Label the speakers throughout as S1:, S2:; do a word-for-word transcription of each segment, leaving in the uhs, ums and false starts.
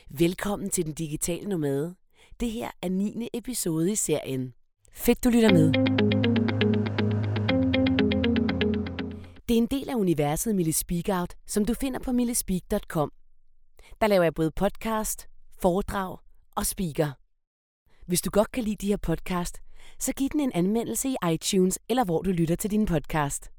S1: Velkommen til Den Digitale Nomade. Det her er niende episode i serien. Fedt, du lytter med. Det er en del af universet Mille Speak Out, som du finder på millespeak punktum com. Der laver jeg både podcast, foredrag og speaker. Hvis du godt kan lide de her podcast, så giv den en anmeldelse i iTunes eller hvor du lytter til din podcast.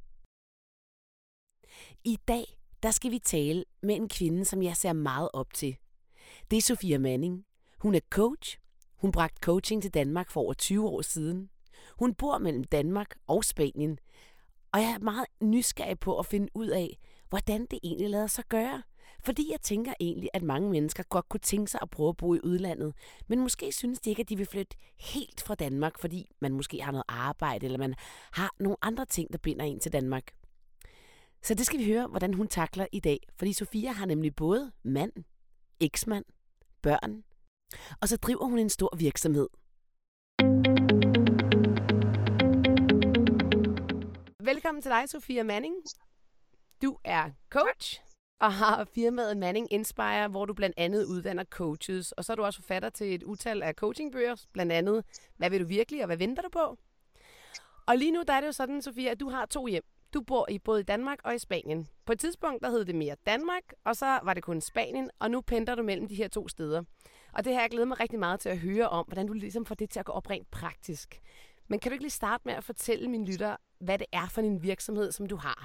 S1: I dag der skal vi tale med en kvinde, som jeg ser meget op til. Det er Sofia Manning. Hun er coach. Hun bragte coaching til Danmark for over tyve år siden. Hun bor mellem Danmark og Spanien. Og jeg er meget nysgerrig på at finde ud af, hvordan det egentlig lader sig gøre. Fordi jeg tænker egentlig, at mange mennesker godt kunne tænke sig at prøve at bo i udlandet. Men måske synes de ikke, at de vil flytte helt fra Danmark, fordi man måske har noget arbejde, eller man har nogle andre ting, der binder en til Danmark. Så det skal vi høre, hvordan hun takler i dag. Fordi Sofia har nemlig både mand, eksmand, børn, og så driver hun en stor virksomhed. Velkommen til dig, Sofia Manning. Du er coach og har firmaet Manning Inspire, hvor du blandt andet uddanner coaches. Og så er du også forfatter til et utal af coachingbøger, blandt andet Hvad vil du virkelig, og hvad venter du på? Og lige nu der er det jo sådan, Sofia, at du har to hjem. Du bor i både i Danmark og i Spanien. På et tidspunkt, der hed det mere Danmark, og så var det kun Spanien, og nu pendler du mellem de her to steder. Og det har jeg glædet mig rigtig meget til at høre om, hvordan du ligesom får det til at gå op rent praktisk. Men kan du ikke lige starte med at fortælle mine lyttere, hvad det er for en virksomhed, som du har?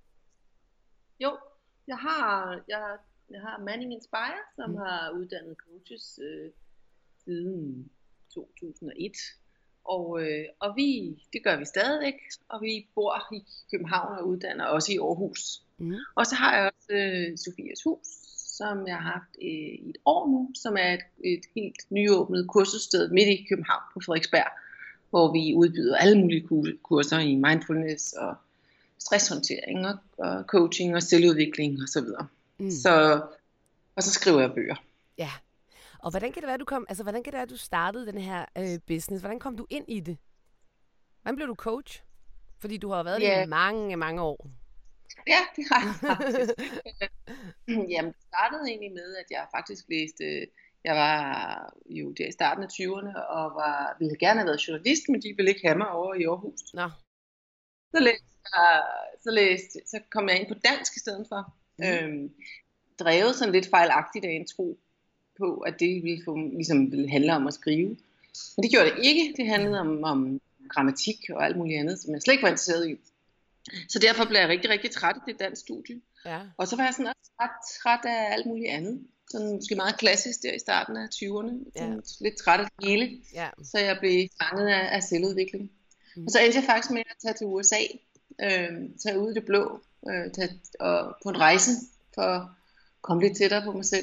S2: Jo, jeg har, jeg, jeg har Manning Inspire, som mm. har uddannet coaches øh, siden to tusind og et. Og, øh, og vi, det gør vi stadigvæk, og vi bor i København og uddanner også i Aarhus. Mm. Og så har jeg også øh, Sofias Hus, som jeg har haft øh, i et år nu, som er et, et helt nyåbnet kursussted midt i København på Frederiksberg, hvor vi udbyder alle mulige kurser i mindfulness og stresshåndtering og, og coaching og selvudvikling osv. Så, mm. så og så skriver jeg bøger.
S1: Ja. Og hvordan kan det være, du kom, altså hvordan kan det være, at du startede den her øh, business? Hvordan kom du ind i det? Hvordan blev du coach? Fordi du har været yeah. det i mange, mange år.
S2: Ja, det har jeg faktisk. Jamen, det startede egentlig med, at jeg faktisk læste, jeg var jo der i starten af tyverne, og var, ville gerne have været journalist, men de ville ikke have mig over i Aarhus. Nå. Så læste jeg, så, læste, så kom jeg ind på dansk i stedet for. Mm. Øhm, drevet sådan lidt fejlagtigt af en tro på, at det ville, få, ligesom ville handle om at skrive. Men det gjorde det ikke. Det handlede om, om grammatik og alt muligt andet, som jeg slet ikke var interesseret i. Så derfor blev jeg rigtig, rigtig træt i det dansk studie. Ja. Og så var jeg sådan også ret træt af alt muligt andet. Sådan måske meget klassisk der i starten af tyverne. Ja. Lidt træt af det hele. Ja. Så jeg blev fanget af, af selvudvikling. Mm. Og så endte jeg faktisk med at tage til U S A. Øh, tage ud i det blå. Øh, tage, og på en rejse for at komme lidt tættere på mig selv.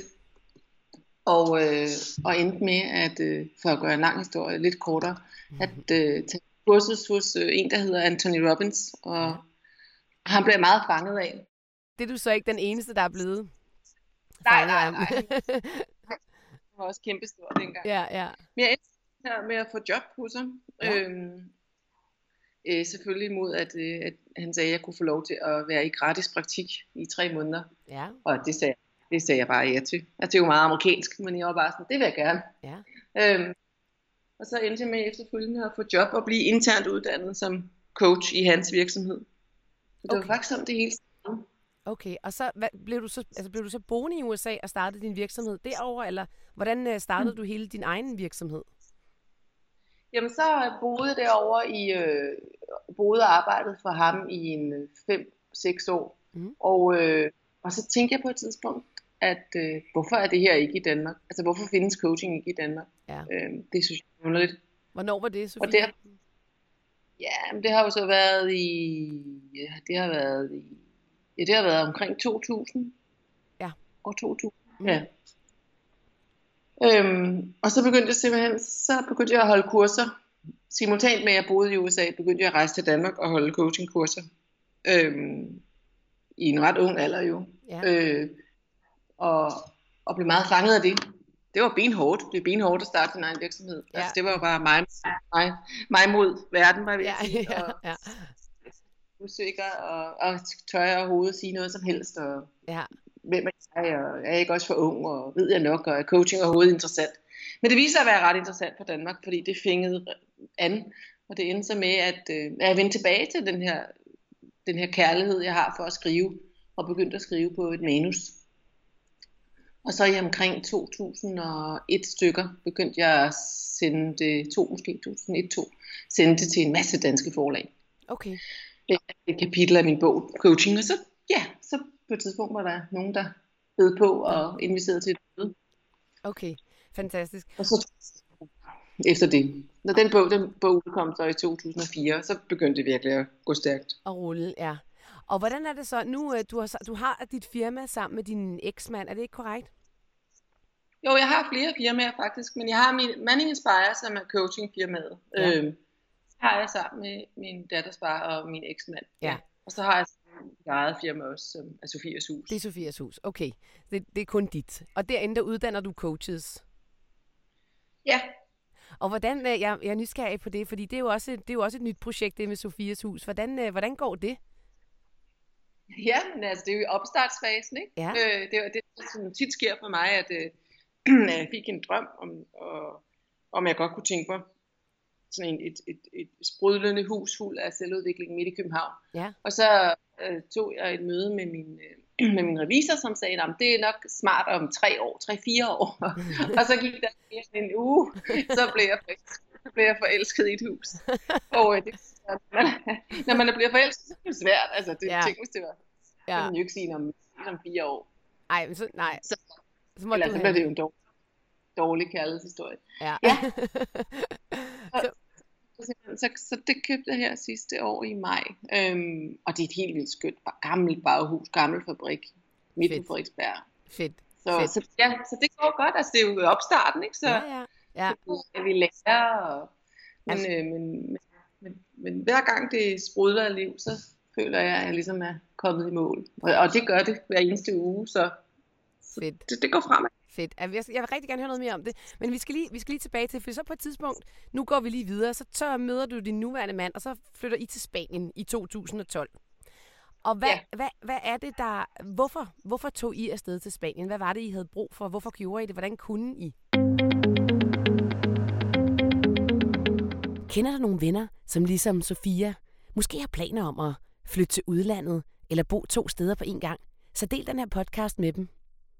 S2: Og, øh, og endte med, at øh, for at gøre en lang historie lidt kortere, at øh, tage kursus hos øh, en, der hedder Anthony Robbins, og han blev meget fanget af.
S1: Det er du så ikke den eneste, der er blevet
S2: nej, nej, nej. Det var også kæmpestort dengang.
S1: Ja, ja.
S2: Men jeg endte her med at få job hos ham. Ja. Øhm, øh, selvfølgelig mod, at, øh, at han sagde, at jeg kunne få lov til at være i gratis praktik i tre måneder. Ja. Og det sagde Det sagde jeg bare ja til. Altså, det er jo meget amerikansk, men jeg var bare sådan, det vil jeg gerne. Ja. Øhm, og så endte jeg med efterfølgende at få job og blive internt uddannet som coach i hans virksomhed. Så det okay. var faktisk sådan det hele startede.
S1: Okay, og så hvad, blev, du så altså, blev du så boende i U S A og startede din virksomhed derovre, eller hvordan startede mm. du hele din egen virksomhed?
S2: Jamen så boede jeg derovre i, øh, boede og arbejdede for ham i en fem seks år. Mm. Og, øh, og så tænkte jeg på et tidspunkt, at øh, hvorfor er det her ikke i Danmark? Altså hvorfor findes coaching ikke i Danmark? Ja. Øhm, det synes jeg er underligt.
S1: Hvornår var det, Sofie?
S2: Og det, ja, men det har jo så været i, ja, det har været i, ja, det har været omkring to tusind. Ja. År to tusind. Mm. Ja. Øhm, og så begyndte jeg simpelthen, så begyndte jeg at holde kurser. Simultant med at jeg boede i U S A, begyndte jeg at rejse til Danmark og holde coachingkurser. Øhm, I en ret ung alder jo. Ja. Øh, og, og blev meget fanget af det. Det var benhårdt. Det er benhårdt at starte sin egen virksomhed. Ja. Altså, det var jo bare mig, mig, mig mod verden, var jeg ved at sige. Ja, ja, ja. Og usikker, og, og tør jeg overhovedet sige noget som helst. Og, ja. hvem er jeg, og er jeg ikke også for ung, og ved jeg nok, og er coaching overhovedet interessant? Men det viser sig at være ret interessant for Danmark, fordi det fængede an, og det endte så med, at, øh, at jeg vendte tilbage til den her, den her kærlighed, jeg har for at skrive, og begyndte at skrive på et manus. Og så i omkring to tusind og et stykker begyndte jeg at sende det, to, måske to tusind og et to, sende det til en masse danske forlag.
S1: Okay.
S2: Et, et kapitel af min bog, coaching, og så, ja, så på et tidspunkt var der nogen, der bed på og inviterede til et møde.
S1: Okay, fantastisk.
S2: Og så efter det, når den bog, den bog kom så i to tusind og fire, så begyndte det virkelig at gå stærkt.
S1: Og rulle, ja. Og hvordan er det så nu, du har, du har dit firma sammen med din eksmand, er det ikke korrekt?
S2: Jo, jeg har flere firmaer faktisk, men jeg har min Manning Inspire, som er coachingfirmaet. Ja. Øhm, så har jeg sammen med min datters far og min eksmand.
S1: Ja.
S2: Ja. Og så har jeg et eget firma også, som er Sofias Hus.
S1: Det er Sofias Hus, okay. Det, det er kun dit. Og derinde, der uddanner du coaches?
S2: Ja.
S1: Og hvordan, jeg, jeg er nysgerrig på det, fordi det er jo også, det er jo også et nyt projekt, det med Sofias Hus. Hvordan, hvordan går det?
S2: Ja, men altså, det er jo i opstartsfasen, ikke?
S1: Ja.
S2: Øh, det er det, som tit sker for mig, at øh, jeg fik en drøm om, og, om jeg godt kunne tænke mig sådan en, et, et, et sprudlende hus fuld af selvudvikling midt i København.
S1: Ja.
S2: Og så øh, tog jeg et møde med min, øh, med min revisor, som sagde, at det er nok smart om tre år, tre-fire år. Og så gik der en uge, så blev jeg forelsket, så blev jeg forelsket i et hus. Og øh, det, når, man, når man bliver forelsket, så er det svært. Altså, det
S1: ja.
S2: tænk, hvis det var, ja. Så kan man jo ikke sige om, om fire år.
S1: Ej, så, nej.
S2: Så,
S1: så, må
S2: eller,
S1: du
S2: så bliver det jo en dårlig, dårlig kærlighedshistorie.
S1: Ja.
S2: ja.
S1: så,
S2: Så, så, så det købte jeg her sidste år i maj. Øhm, og det er et helt vildt skønt, gammelt baghus, gammel fabrik, midt på Frederiksberg.
S1: Fedt.
S2: Så,
S1: Fedt.
S2: så, ja, så det går godt. Altså det er jo opstarten, ikke? Så,
S1: ja, ja. Ja.
S2: så vi lærer. Og, men, altså. øh, men, men, men, men hver gang det sprudler af liv, så føler jeg, at jeg ligesom er kommet i mål. Og, og det gør det hver eneste uge, så, så det, det går fremad.
S1: Fedt. Jeg vil rigtig gerne høre noget mere om det. Men vi skal lige, vi skal lige tilbage til, for så på et tidspunkt, nu går vi lige videre, så, så møder du din nuværende mand, og så flytter I til Spanien i to tusind og tolv. Og hvad, ja. hvad, hvad er det, der... Hvorfor, hvorfor tog I afsted til Spanien? Hvad var det, I havde brug for? Hvorfor gjorde I det? Hvordan kunne I? Kender du nogle venner, som ligesom Sofia, måske har planer om at flytte til udlandet, eller bo to steder på en gang? Så del den her podcast med dem.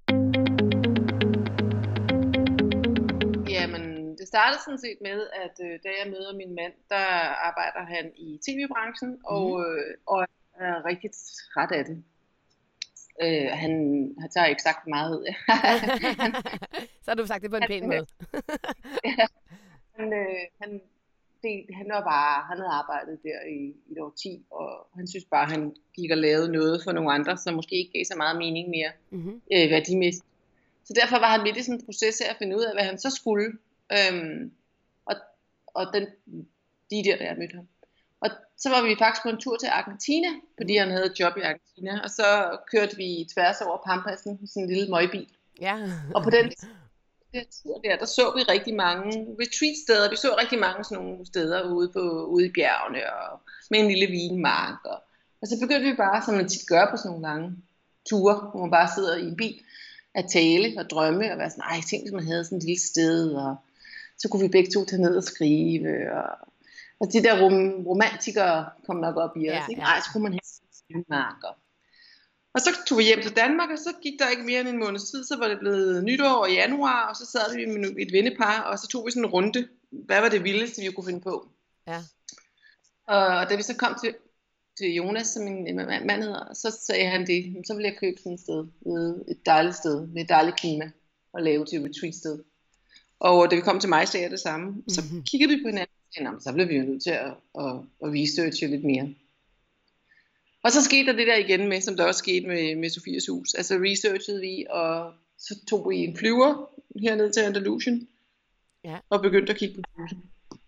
S2: Jamen, det startede sådan set med, at øh, da jeg møder min mand, der arbejder han i tv-branchen, mm. og, øh, og er rigtig træt af det. Øh, han, han tager ikke sagt for meget ud.
S1: Så har du sagt det på en pæn måde.
S2: ja, han, øh, han, det, han var bare, han havde arbejdet der i, i et årti, og han synes bare, han gik og lavede noget for nogle andre, som måske ikke gav så meget mening mere, mm-hmm. øh, værdimæssigt. Så derfor var han midt i sådan en proces af at finde ud af, hvad han så skulle. Øhm, og og den, de der, der jeg mødte ham. Og så var vi faktisk på en tur til Argentina, fordi han havde et job i Argentina. Og så kørte vi tværs over Pampasen i sådan en lille møgbil.
S1: Ja.
S2: Og på den der tur der, der så vi rigtig mange retreat-steder. Vi så rigtig mange sådan nogle steder ude, på, ude i bjergene og med en lille vinmark. Og, og så begyndte vi bare, som man tit gør på sådan nogle lange ture, hvor man bare sidder i en bil, at tale og drømme og være sådan, ej, tænk, hvis man havde sådan et lille sted, og så kunne vi begge to tage ned og skrive, og, og de der rom, romantikere kom nok op i os, ja, ikke? Ja. Ej, så kunne man have sådan en mark. Og så tog vi hjem til Danmark, og så gik der ikke mere end en måneds tid, så var det blevet nytår i januar, og så sad vi med et vennepar, og så tog vi sådan en runde, hvad var det vildeste, vi kunne finde på.
S1: Ja.
S2: Og da vi så kom til til Jonas, som min mand hedder, så sagde han det, så ville jeg købe sådan et sted, et dejligt sted, med et dejligt klima, og lave til et retreat sted. Og da vi kom til mig, sagde jeg det samme. Så mm-hmm. kiggede vi på hinanden, og så blev vi jo nødt til at, at, at researche lidt mere. Og så skete der det der igen med, som der også skete med, med Sofias Hus. Altså researchede vi, og så tog vi en flyver hernede til Andalusien, ja. Og begyndte at kigge på huset.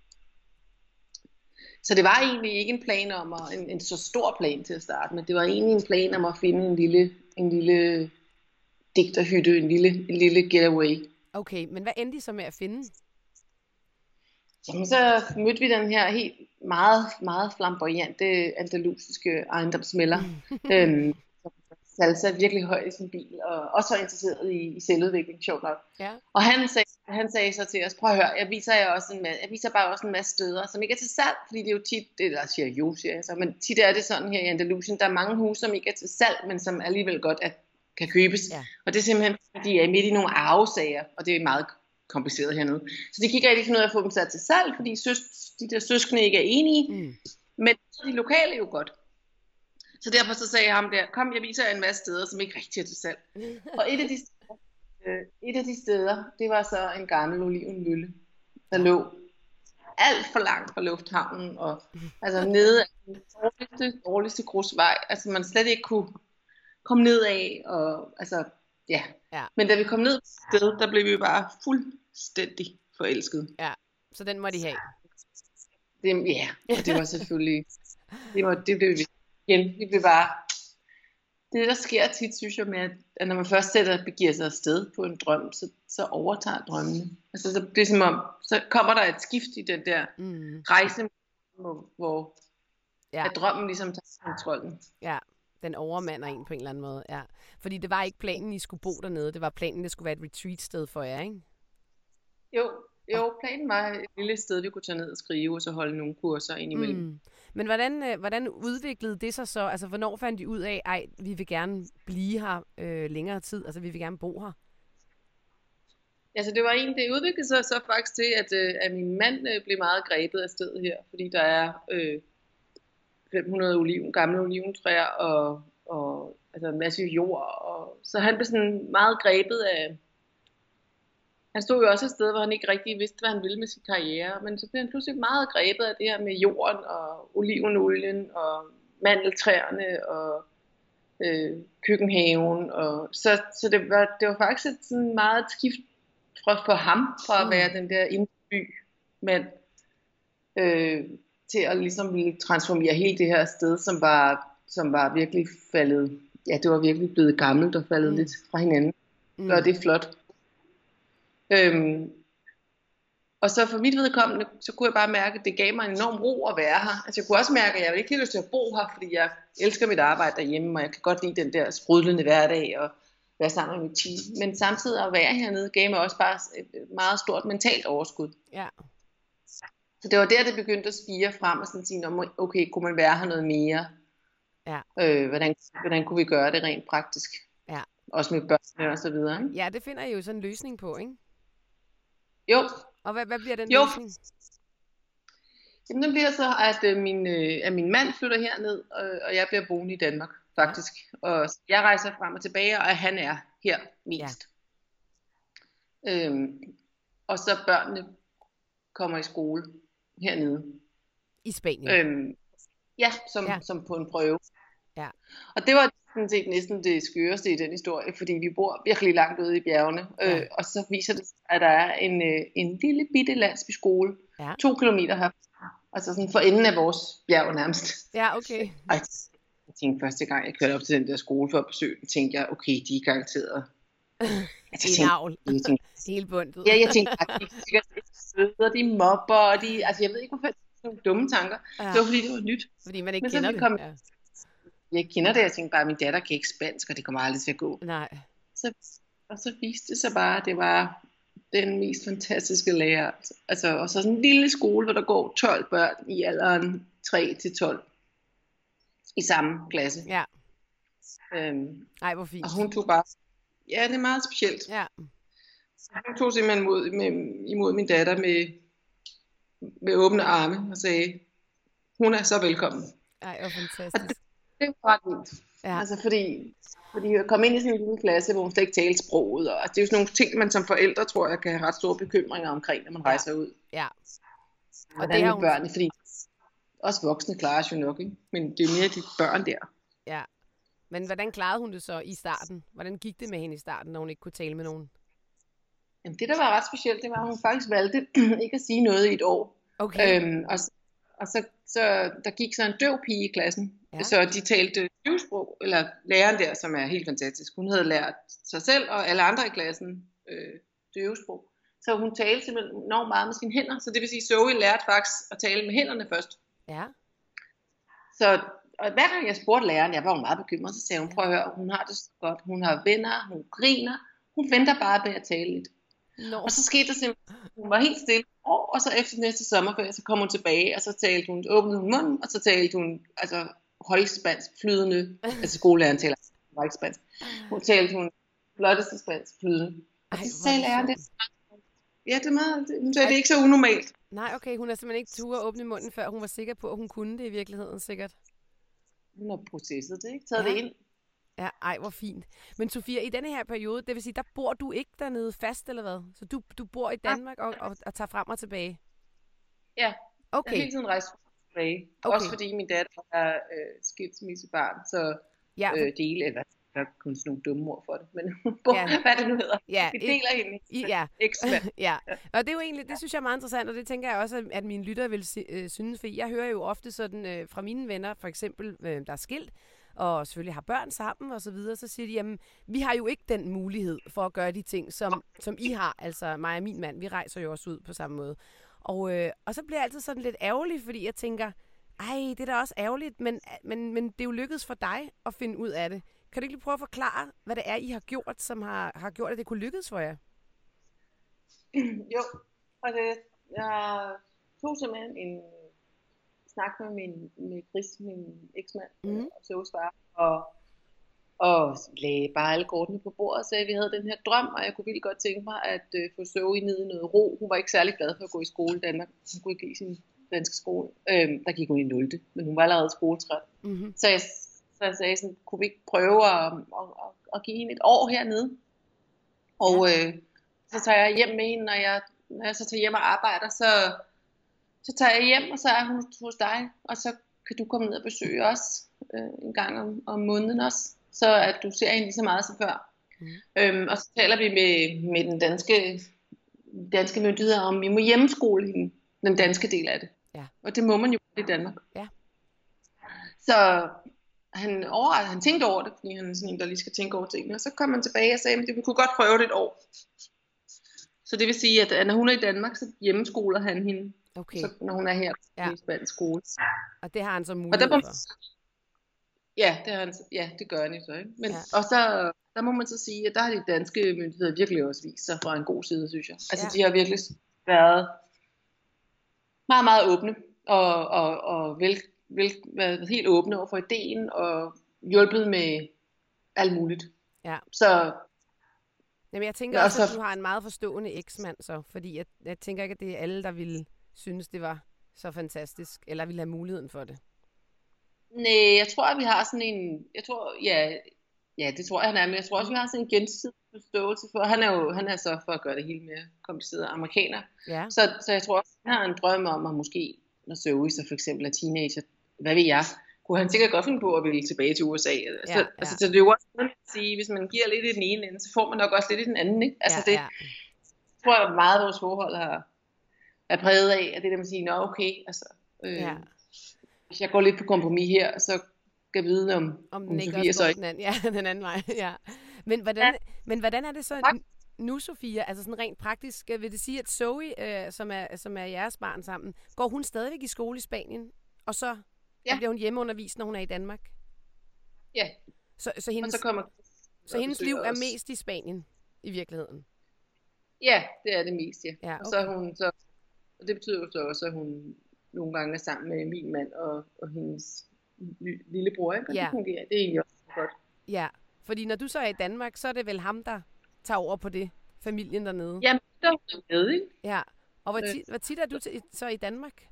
S2: Så det var egentlig ikke en plan om at, en, en så stor plan til at starte med. Det var egentlig en plan om at finde en lille, en lille digterhytte, en lille, en lille getaway.
S1: Okay, men hvad endte I så med at finde?
S2: Jamen, så mødte vi den her helt meget, meget flamboyante andalusiske ejendomsmælder, øhm, som salsa virkelig højt i sin bil, og også var interesseret i, i selvudvikling, sjovt nok.
S1: Ja.
S2: Og han sagde, han sagde så til os, prøv at høre, jeg viser, jer også en masse, jeg viser bare også en masse steder, som ikke er til salg, fordi det er jo tit, det der siger jo, siger jeg så, men tit er det sådan her i Andalusien, der er mange huse, som ikke er til salg, men som alligevel godt er, kan købes. Ja. Og det er simpelthen, fordi de er midt i nogle arvesager, og det er meget kompliceret hernede. Så det gik rigtig ikke noget at få dem sat til salg, fordi søs, de der søskende ikke er enige, mm. men de lokale er jo godt. Så derfor så sagde jeg ham der, kom, jeg viser jer en masse steder, som ikke rigtig er til salg. Og et af de steder, øh, et af de steder, det var så en gammel olivenmølle, der lå alt for langt fra lufthavnen, og altså nede af den dårligste, dårligste grusvej, altså man slet ikke kunne komme ned af, og altså, ja. ja. Men da vi kom ned på stedet, der blev vi bare fuldstændig forelsket.
S1: Ja, så den må de have.
S2: Det, ja, og det var selvfølgelig, det, var, det blev vi igen, vi blev bare, det der sker tit, synes jeg, med, at når man først sætter, begiver sig afsted på en drøm, så, så overtager drømmene. Altså, så det er som om, så kommer der et skift i den der mm. rejse, hvor, hvor ja. at drømmen ligesom tager kontrollen.
S1: Ja, den overmander en på en eller anden måde, ja. Fordi det var ikke planen, I skulle bo dernede, det var planen, det skulle være et retreat-sted for jer, ikke?
S2: Jo, jo, planen var et lille sted, vi kunne tage ned og skrive, og så holde nogle kurser ind imellem. Mm.
S1: Men hvordan, hvordan udviklede det sig så? Altså, hvornår fandt de ud af, ej, vi vil gerne blive her øh, længere tid, altså vi vil gerne bo her?
S2: Altså, det var en, det udviklede sig så faktisk til, at, øh, at min mand øh, blev meget grebet af stedet her, fordi der er øh, fem hundrede oliven, gamle oliventræer, og, og altså en masse jord, og så han blev sådan meget grebet af. Han stod jo også et sted, hvor han ikke rigtig vidste, hvad han ville med sin karriere, men så blev han pludselig meget grebet af det her med jorden og olivenolien og mandeltræerne og øh, køkkenhaven. Og så så det, var, det var faktisk et sådan meget et skift fra, for ham, fra at være den der indby mand, øh, til at ligesom ville transformere hele det her sted, som var, som var virkelig faldet, ja, det var virkelig blevet gammelt og faldet mm. lidt fra hinanden. Mm. Og det er flot. Øhm, og så for mit vedkommende, så kunne jeg bare mærke, at det gav mig en enorm ro at være her. Altså jeg kunne også mærke, at jeg ikke havde lyst til at bo her, fordi jeg elsker mit arbejde derhjemme, og jeg kan godt lide den der sprudlende hverdag og være sammen med mit team. Men samtidig at være hernede gav mig også bare et meget stort mentalt overskud.
S1: Ja.
S2: Så det var der, det begyndte at spire frem og sådan sige, okay, kunne man være her noget mere?
S1: Ja.
S2: Øh, hvordan, hvordan kunne vi gøre det rent praktisk?
S1: Ja.
S2: Også med børnene og så videre. Ikke?
S1: Ja, det finder I jo sådan en løsning på, ikke?
S2: Jo.
S1: Og hvad, hvad bliver den
S2: jo.
S1: løsning?
S2: Jamen den bliver så, at, øh, min, øh, at min mand flytter herned, øh, og jeg bliver boende i Danmark, faktisk. Ja. Og jeg rejser frem og tilbage, og han er her mest. Ja. Øhm, og så børnene kommer i skole hernede.
S1: I Spanien?
S2: Øhm, ja, som, ja, som på en prøve.
S1: Ja.
S2: Og det var sådan set næsten det skøreste i den historie, fordi vi bor virkelig langt ude i bjergene, ja. øh, og så viser det sig, at der er en, øh, en lille bitte landsbyskole, ja. to kilometer her, altså sådan for enden af vores bjerg nærmest.
S1: Ja, okay.
S2: Ej, jeg tænkte første gang, jeg kørte op til den der skole for at besøge den, tænkte jeg, okay, de er garanteret.
S1: Altså, en avl. Hele bundet.
S2: Ja, jeg tænkte, at de er sikkert søde, de mobber, og de, altså jeg ved ikke, hvorfor jeg tænkte nogle dumme tanker. Ja. Det var fordi, det var nyt.
S1: Fordi man ikke
S2: Men
S1: kender det.
S2: Kom,
S1: ja.
S2: Jeg kender det, jeg tænkte bare, at min datter kan ikke spansk, og det kommer aldrig til at gå.
S1: Nej.
S2: Så, og så viste det sig bare, at det var den mest fantastiske lærer. Altså, og så sådan en lille skole, hvor der går tolv børn i alderen tre til tolv i samme klasse.
S1: Ja.
S2: Øhm,
S1: Ej, hvor fint.
S2: Og hun tog bare, ja, det er meget specielt.
S1: Ja.
S2: Så hun tog simpelthen imod, med, imod min datter med, med åbne arme og sagde, hun er så velkommen.
S1: Ej, hvor fantastisk.
S2: Det var ret vildt. Ja. Altså fordi, fordi jeg kom ind i sådan en lille klasse, hvor hun slet ikke talte sproget. Og, altså, det er jo sådan nogle ting, man som forældre, tror jeg, kan have ret store bekymringer omkring, når man ja. rejser ud.
S1: Ja.
S2: Og, og det er hun... børnene, fordi også voksne klarer sig jo nok, ikke? Men det er jo mere de børn der.
S1: Ja. Men hvordan klarede hun det så i starten? Hvordan gik det med hende i starten, når hun ikke kunne tale med nogen?
S2: Jamen det, der var ret specielt, det var, at hun faktisk valgte ikke at sige noget i et år.
S1: Okay.
S2: Øhm, og og så, så der gik så en døv pige i klassen, ja. Så de talte døvsprog, eller læreren der, som er helt fantastisk. Hun havde lært sig selv og alle andre i klassen øh, døvsprog. Så hun talte simpelthen enormt meget med sine hænder. Så det vil sige, Zoe lærte faktisk at tale med hænderne først.
S1: Ja.
S2: Så, og hver gang jeg spurgte læreren, jeg var jo meget bekymret, så sagde hun, prøv at høre, hun har det så godt, hun har venner, hun griner, hun venter bare med at tale lidt.
S1: Nå.
S2: Og så skete der simpelthen, hun var helt stille, og så efter næste sommerferie, så kom hun tilbage, og så talte hun, åbnede hun munden, og så talte hun, altså højspansk, flydende, altså skolelæreren taler højspansk, hun talte hun flotteste spansk, flydende. Og så sagde læreren det. Ja, det er meget, det, hun sagde, det er ikke så unormalt.
S1: Nej, okay, hun har simpelthen ikke turde åbne munden, før hun var sikker på, at hun kunne det i virkeligheden, sikkert.
S2: Hun har processet det, ikke? Taget
S1: Ja.
S2: det ind.
S1: Ja, ej, hvor fint. Men Sofia, i denne her periode, det vil sige, der bor du ikke dernede fast, eller hvad? Så du, du bor i Danmark og, og, og tager frem og tilbage?
S2: Ja, jeg har
S1: Okay,
S2: hele tiden rejst frem og tilbage.
S1: Okay.
S2: Også fordi min datter er øh, skilsmissebarn, så
S1: ja,
S2: øh, dele, eller der er kun sådan nogle dumme ord for det, men hun bor,
S1: Ja.
S2: hvad det nu hedder.
S1: ja,
S2: Vi
S1: ikke,
S2: deler hende.
S1: i, ja,
S2: Eksmand.
S1: ja. Og det er jo egentlig, det synes jeg er meget interessant, og det tænker jeg også, at- at mine lyttere vil si- øh, synes, for jeg hører jo ofte sådan øh, fra mine venner, for eksempel, øh, der er skilt, og selvfølgelig har børn sammen og så videre, så siger de, jamen, vi har jo ikke den mulighed for at gøre de ting, som, som I har, altså mig og min mand, vi rejser jo også ud på samme måde. Og, øh, og så bliver jeg altid sådan lidt ærgerlig, fordi jeg tænker, ej, det er da også ærgerligt, men, men, men det er jo lykkedes for dig at finde ud af det. Kan du ikke lige prøve at forklare, hvad det er, I har gjort, som har, har gjort, at det kunne lykkes for jer?
S2: Jo, og det, jeg tog simpelthen en snak med min med Chris, min eksmand,
S1: Mhm.
S2: mm. og Zoes far, og, og lagde bare alle kortene på bordet og sagde, at vi havde den her drøm, og jeg kunne virkelig godt tænke mig at øh, få Zoe ned i noget ro. Hun var ikke særlig glad for at gå i skole i Danmark. Hun kunne ikke lide sin danske skole. Øhm, der gik hun i nul. Men hun var allerede skoletræt.
S1: Mm-hmm.
S2: Så jeg, så jeg sagde sådan, kunne vi ikke prøve at, at, at, at give hende et år hernede? Og øh, så tager jeg hjem med hende, når jeg, når jeg så tager hjem og arbejder, så, så tager jeg hjem, og så er hun hos dig, og så kan du komme ned og besøge os øh, en gang om, om måneden også, så at du ser hende lige så meget som før.
S1: Mm.
S2: Øhm, og så taler vi med, med den danske, danske myndigheder om, vi må hjemmeskole hende, den danske del af det.
S1: Ja.
S2: Og det må man jo i Danmark.
S1: Ja.
S2: Så han, over, han tænkte over det, fordi han er sådan en, der lige skal tænke over tingene. Og så kom han tilbage og sagde, at vi kunne godt prøve det et år. Så det vil sige, at når hun er i Danmark, så hjemmeskoler han hende.
S1: Okay,
S2: Så når hun er her
S1: Ja.
S2: i spansk skole.
S1: og det har han så
S2: Og der
S1: mulighed
S2: må,
S1: for.
S2: ja, det har han, ja, det gør han jo så, ikke? Men,
S1: Ja.
S2: Og så der må man så sige, at der har de danske myndigheder virkelig også vist sig fra en god side, synes jeg. Altså
S1: Ja.
S2: de har virkelig været meget, meget åbne og, og, og vel, vel, været helt åbne over for ideen og hjulpet med alt muligt.
S1: Ja.
S2: Så
S1: Jamen, jeg tænker
S2: Ja,
S1: også, at
S2: så-
S1: du har en meget forstående eksmand så, fordi jeg, jeg tænker ikke, at det er alle, der ville synes, det var så fantastisk, eller ville have muligheden for det.
S2: nej, jeg tror, at vi har sådan en, jeg tror, ja, ja, det tror jeg, han er, men jeg tror også, vi har sådan en gensidig forståelse for, han er jo, han er så, for at gøre det hele mere kompliceret, amerikaner.
S1: Ja,
S2: Så, så jeg tror også, han har en drøm om, at måske, når Zoe så for eksempel er teenager, hvad ved jeg, kunne han sikkert godt finde på at ville tilbage til U S A. Så,
S1: ja.
S2: altså, så det er jo også sådan at sige, hvis man giver lidt i den ene ende, så får man nok også lidt i den anden, ikke? Altså
S1: ja,
S2: det
S1: ja.
S2: tror jeg meget af vores forhold har, er præget af, at det der med at sige, nå okay, altså, øh,
S1: Ja.
S2: hvis jeg går lidt på kompromis her, så skal jeg vide, om,
S1: Om
S2: om
S1: den ikke
S2: Sofie
S1: også
S2: så
S1: går
S2: ikke.
S1: den anden, ja, den anden vej. Ja. Men, hvordan, men hvordan er det så
S2: Tak.
S1: n- nu, Sofia? Altså sådan rent praktisk, øh, vil det sige, at Zoe, øh, som, er, som er jeres barn sammen, går hun stadigvæk i skole i Spanien, og så
S2: Ja.
S1: bliver hun hjemmeundervist, når hun er i Danmark?
S2: Ja,
S1: Så, så
S2: og
S1: hendes,
S2: så kommer
S1: så
S2: og
S1: hendes liv
S2: besøger
S1: er
S2: os.
S1: mest i Spanien, i virkeligheden?
S2: Ja, det er det mest, ja.
S1: Ja,
S2: Og så er
S1: okay.
S2: hun så, og det betyder jo så også, at hun nogle gange er sammen med min mand og, og hendes ly- lillebror, ikke? Og
S1: Ja.
S2: det fungerer, det er egentlig også godt.
S1: Ja, fordi når du så er i Danmark, så er det vel ham, der tager over på det, familien dernede.
S2: Jamen, der er hun med, ikke?
S1: Ja. Og hvor
S2: Øh.
S1: tit, hvor tit er du til, så i Danmark?